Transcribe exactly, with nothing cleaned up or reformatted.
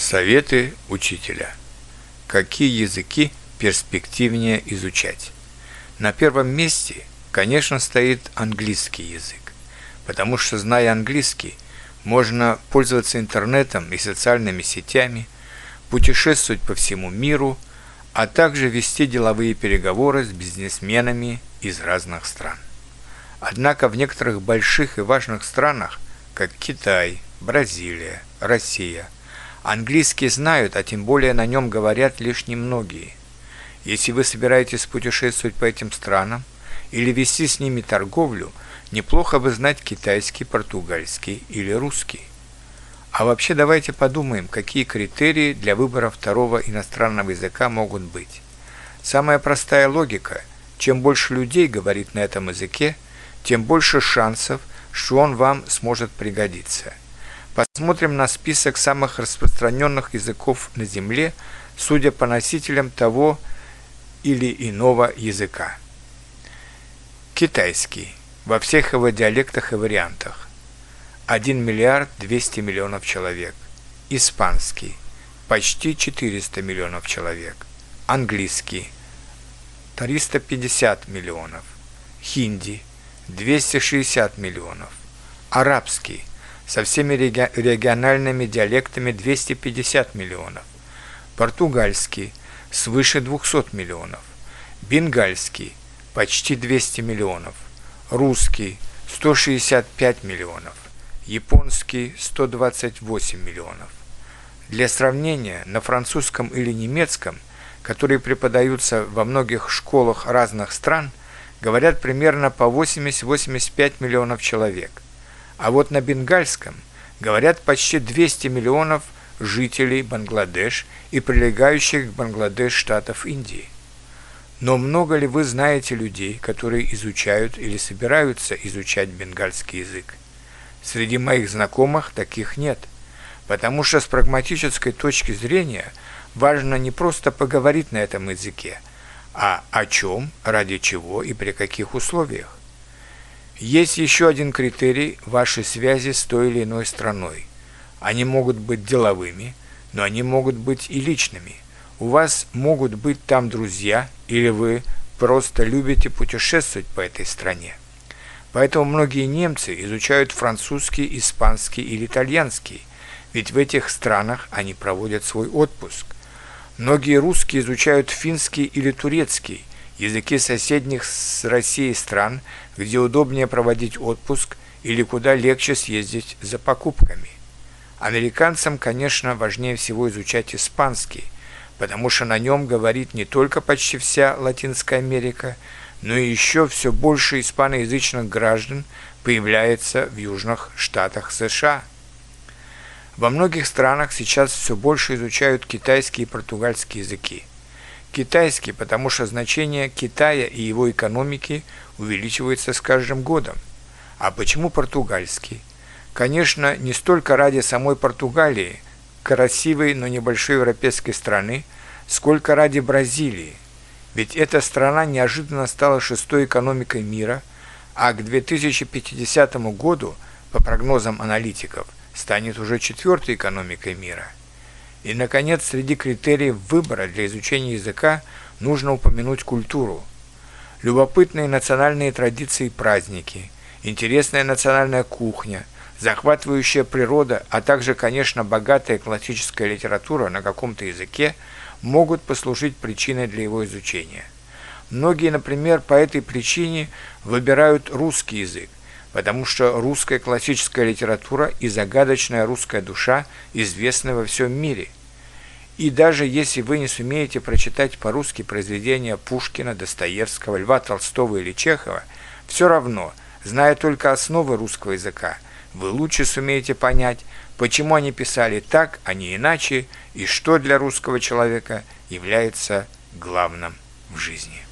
Советы учителя. Какие языки перспективнее изучать? На первом месте, конечно, стоит английский язык, потому что, зная английский, можно пользоваться интернетом и социальными сетями, путешествовать по всему миру, а также вести деловые переговоры с бизнесменами из разных стран. Однако в некоторых больших и важных странах, как Китай, Бразилия, Россия, английский знают, а тем более на нем говорят лишь немногие. Если вы собираетесь путешествовать по этим странам или вести с ними торговлю, неплохо бы знать китайский, португальский или русский. А вообще давайте подумаем, какие критерии для выбора второго иностранного языка могут быть. Самая простая логика: чем больше людей говорит на этом языке, тем больше шансов, что он вам сможет пригодиться. Посмотрим на список самых распространенных языков на Земле, судя по носителям того или иного языка. Китайский во всех его диалектах и вариантах – один миллиард двести миллионов человек. Испанский – почти четыреста миллионов человек. Английский – триста пятьдесят миллионов. Хинди – двести шестьдесят миллионов. Арабский – со всеми региональными диалектами двести пятьдесят миллионов. Португальский – свыше двухсот миллионов. Бенгальский – почти двести миллионов. Русский – сто шестьдесят пять миллионов. Японский – сто двадцать восемь миллионов. Для сравнения, на французском или немецком, которые преподаются во многих школах разных стран, говорят примерно по восемьдесят-восемьдесят пять миллионов человек. А вот на бенгальском говорят почти двести миллионов жителей Бангладеш и прилегающих к Бангладеш штатов Индии. Но много ли вы знаете людей, которые изучают или собираются изучать бенгальский язык? Среди моих знакомых таких нет, потому что с прагматической точки зрения важно не просто поговорить на этом языке, а о чем, ради чего и при каких условиях. Есть еще один критерий вашей связи с той или иной страной. Они могут быть деловыми, но они могут быть и личными. У вас могут быть там друзья, или вы просто любите путешествовать по этой стране. Поэтому многие немцы изучают французский, испанский или итальянский, ведь в этих странах они проводят свой отпуск. Многие русские изучают финский или турецкий, языки соседних с Россией стран, где удобнее проводить отпуск или куда легче съездить за покупками. Американцам, конечно, важнее всего изучать испанский, потому что на нем говорит не только почти вся Латинская Америка, но и еще все больше испаноязычных граждан появляется в южных штатах США. Во многих странах сейчас все больше изучают китайский и португальский языки. Китайский, потому что значение Китая и его экономики увеличивается с каждым годом. А почему португальский? Конечно, не столько ради самой Португалии, красивой, но небольшой европейской страны, сколько ради Бразилии. Ведь эта страна неожиданно стала шестой экономикой мира, а к две тысячи пятидесятому году, по прогнозам аналитиков, станет уже четвертой экономикой мира. И, наконец, среди критериев выбора для изучения языка нужно упомянуть культуру. Любопытные национальные традиции и праздники, интересная национальная кухня, захватывающая природа, а также, конечно, богатая классическая литература на каком-то языке могут послужить причиной для его изучения. Многие, например, по этой причине выбирают русский язык, потому что русская классическая литература и загадочная русская душа известны во всем мире. И даже если вы не сумеете прочитать по-русски произведения Пушкина, Достоевского, Льва Толстого или Чехова, все равно, зная только основы русского языка, вы лучше сумеете понять, почему они писали так, а не иначе, и что для русского человека является главным в жизни.